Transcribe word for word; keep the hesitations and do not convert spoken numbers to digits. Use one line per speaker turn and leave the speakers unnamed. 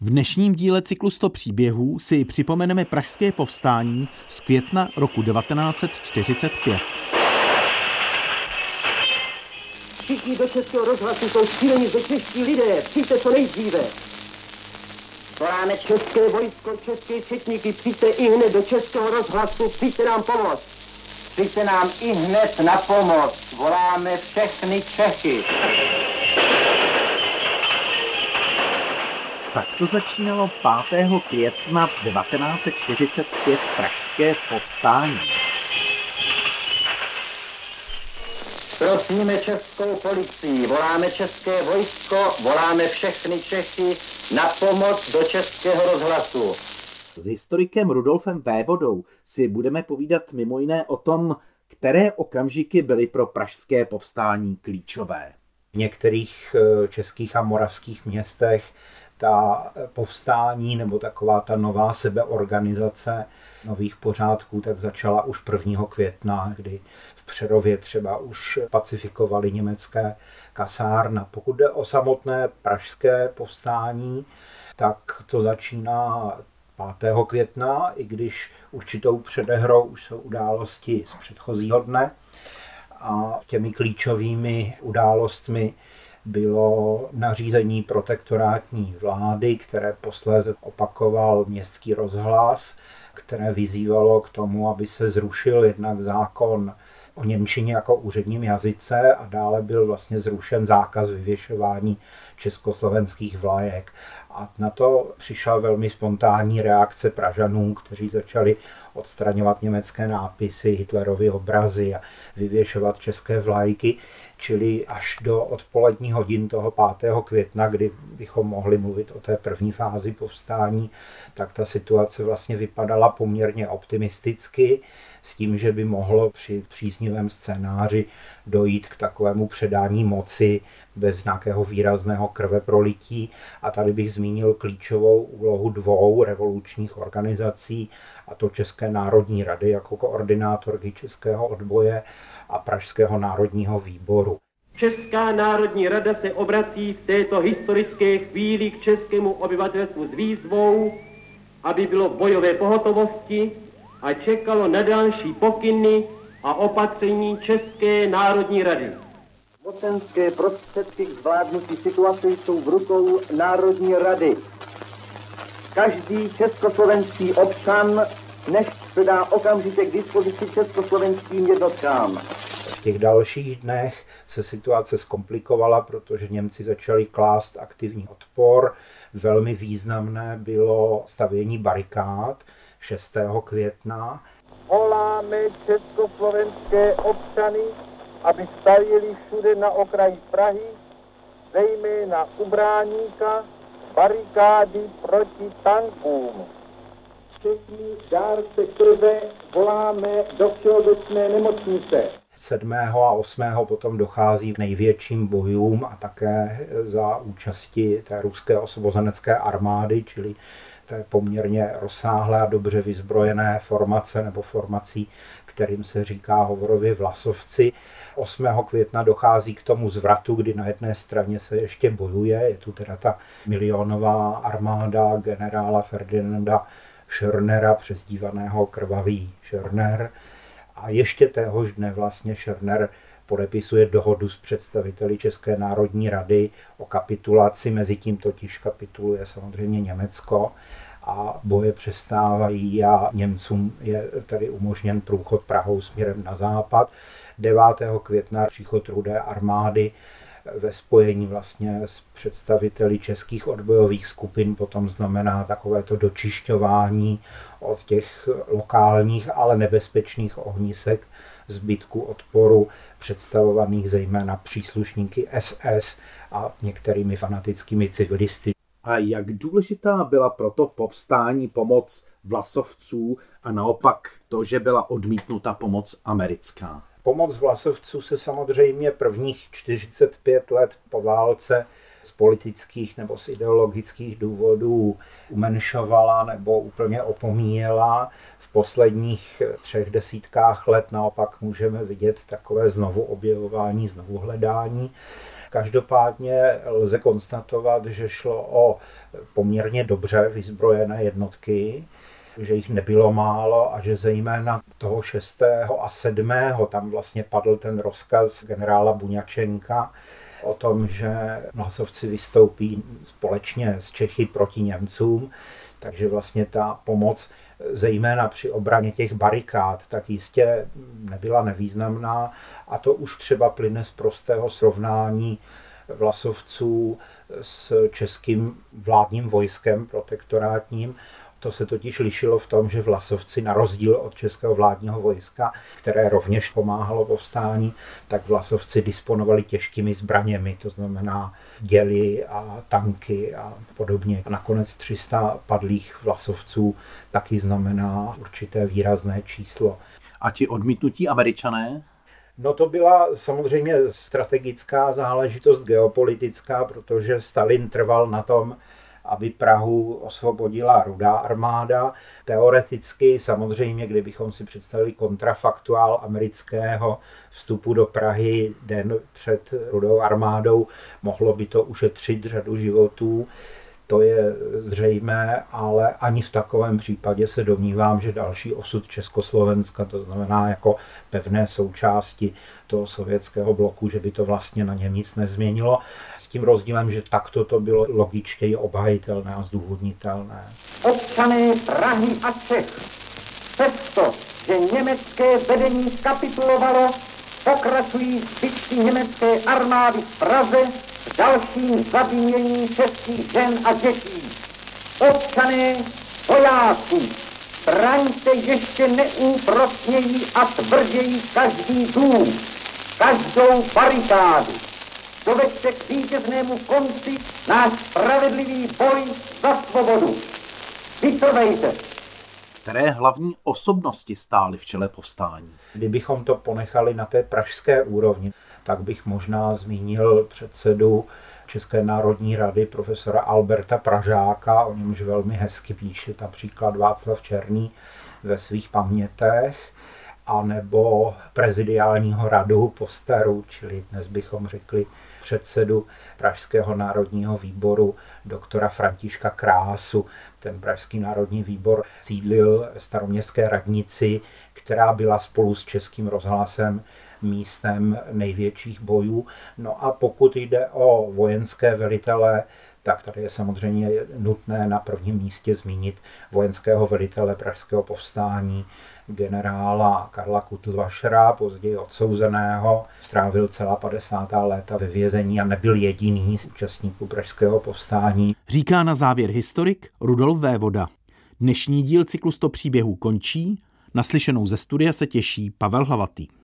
V dnešním díle cyklu sto příběhů si připomeneme pražské povstání z května roku devatenáct set čtyřicet pět.
Všichni do Českého rozhlasu jsou šíleni ze čeští lidé, přijďte co nejdříve. Voláme české vojsko, české četníky, přijďte i hned do Českého rozhlasu, přijďte nám pomoct.
Přijďte nám i hned na pomoc, voláme všechny Čechy.
Tak to začínalo pátého května devatenáct set čtyřicet pět pražské povstání.
Prosíme českou policii, voláme české vojsko, voláme všechny Čechy na pomoc do Českého rozhlasu.
S historikem Rudolfem Vévodou si budeme povídat mimo jiné o tom, které okamžiky byly pro pražské povstání klíčové.
V některých českých a moravských městech ta povstání nebo taková ta nová sebeorganizace nových pořádků tak začala už prvního května, kdy v Přerově třeba už pacifikovali německé kasárna. Pokud jde o samotné pražské povstání, tak to začíná pátého května, i když určitou předehrou už jsou události z předchozího dne. A těmi klíčovými událostmi bylo nařízení protektorátní vlády, které posléze opakoval Městský rozhlas, které vyzývalo k tomu, aby se zrušil jednak zákon o němčině jako úředním jazyce a dále byl vlastně zrušen zákaz vyvěšování československých vlajek. A na to přišla velmi spontánní reakce Pražanů, kteří začali odstraňovat německé nápisy, Hitlerovy obrazy a vyvěšovat české vlajky. Čili až do odpolední hodin toho pátého května, kdy bychom mohli mluvit o té první fázi povstání, tak ta situace vlastně vypadala poměrně optimisticky, s tím, že by mohlo při příznivém scénáři dojít k takovému předání moci bez nějakého výrazného krveprolití. A tady bych zmínil klíčovou úlohu dvou revolučních organizací, a to České národní rady jako koordinátorky českého odboje a Pražského národního výboru.
Česká národní rada se obrací v této historické chvíli k českému obyvatelstvu s výzvou, aby bylo v bojové pohotovosti a čekalo na další pokyny a opatření České národní rady. Mocenské prostředky k zvládnutí situace jsou v rukou Národní rady. Každý československý občan než se dá okamžitě k dispozici československým jednotkám.
V těch dalších dnech se situace zkomplikovala, protože Němci začali klást aktivní odpor. Velmi významné bylo stavění barikád šestého května.
Voláme československé občany, aby stavěli všude na okraji Prahy, zejména u Bráníka, barikády proti tankům.
Všechny dárce krve voláme do všeobecné nemocnice.
sedmého a osmého potom dochází k největším bojům a také za účasti té ruské osvobozenecké armády, čili té poměrně rozsáhlé a dobře vyzbrojené formace nebo formací, kterým se říká hovorově vlasovci. osmého května dochází k tomu zvratu, kdy na jedné straně se ještě bojuje, je tu teda ta milionová armáda generála Ferdinanda Schörnera, přezdívaného Krvavý Schörner. A ještě téhož dne vlastně Schörner podepisuje dohodu s představiteli České národní rady o kapitulaci, mezi tím totiž kapituluje samozřejmě Německo a boje přestávají a Němcům je tady umožněn průchod Prahou směrem na západ. devátého května příchod Rudé armády ve spojení vlastně s představiteli českých odbojových skupin potom znamená takovéto dočišťování od těch lokálních, ale nebezpečných ohnisek zbytku odporu, představovaných zejména příslušníky S S a některými fanatickými civilisty.
A jak důležitá byla proto povstání pomoc vlasovců a naopak to, že byla odmítnuta pomoc americká?
Pomoc vlasovců se samozřejmě prvních čtyřicet pět let po válce z politických nebo z ideologických důvodů umenšovala nebo úplně opomíjela. V posledních třech desítkách let naopak můžeme vidět takové znovu objevování, znovu hledání. Každopádně lze konstatovat, že šlo o poměrně dobře vyzbrojené jednotky, že jich nebylo málo a že zejména toho šestého a sedmého tam vlastně padl ten rozkaz generála Buňačenka o tom, že Vlasovci vystoupí společně s Čechy proti Němcům, takže vlastně ta pomoc zejména při obraně těch barikád tak jistě nebyla nevýznamná a to už třeba plyne z prostého srovnání Vlasovců s českým vládním vojskem protektorátním. To se totiž lišilo v tom, že Vlasovci na rozdíl od českého vládního vojska, které rovněž pomáhalo povstání, tak Vlasovci disponovali těžkými zbraněmi, to znamená děly a tanky a podobně. A nakonec tři sta padlých Vlasovců taky znamená určité výrazné číslo.
A ti odmítnutí Američané?
No to byla samozřejmě strategická záležitost geopolitická, protože Stalin trval na tom, aby Prahu osvobodila Rudá armáda. Teoreticky samozřejmě, kdybychom si představili kontrafaktuál amerického vstupu do Prahy den před Rudou armádou, mohlo by to ušetřit řadu životů. To je zřejmé, ale ani v takovém případě se domnívám, že další osud Československa, to znamená jako pevné součásti toho sovětského bloku, že by to vlastně na něm nic nezměnilo. S tím rozdílem, že takto to bylo logičtěji obhajitelné a zdůvodnitelné.
Občané Prahy a Čech, přesto, že německé vedení kapitulovalo, pokračují zbytky německé armády v Praze v dalším zabíjení českých žen a dětí. Občané, vojáci, braňte ještě neúprosněji a tvrději každý dům, každou barikádu. Doveďte k vítěznému konci náš spravedlivý boj za svobodu. Vytrvejte.
Které hlavní osobnosti stály v čele povstání?
Kdybychom to ponechali na té pražské úrovni, tak bych možná zmínil předsedu České národní rady profesora Alberta Pražáka, o němž velmi hezky píše například Václav Černý ve svých pamětech, anebo prezidiálního radu Postaru, čili dnes bychom řekli předsedu Pražského národního výboru doktora Františka Krásu. Ten Pražský národní výbor sídlil v Staroměstské radnici, která byla spolu s Českým rozhlasem místem největších bojů. No a pokud jde o vojenské velitele, tak tady je samozřejmě nutné na prvním místě zmínit vojenského velitele pražského povstání, generála Karla Kutlvašera, později odsouzeného. Strávil celá padesátá léta ve vězení a nebyl jediný z účastníků pražského povstání.
Říká na závěr historik Rudolf Vévoda. Dnešní díl cyklu sto příběhů končí. Naslyšenou ze studia se těší Pavel Hlavatý.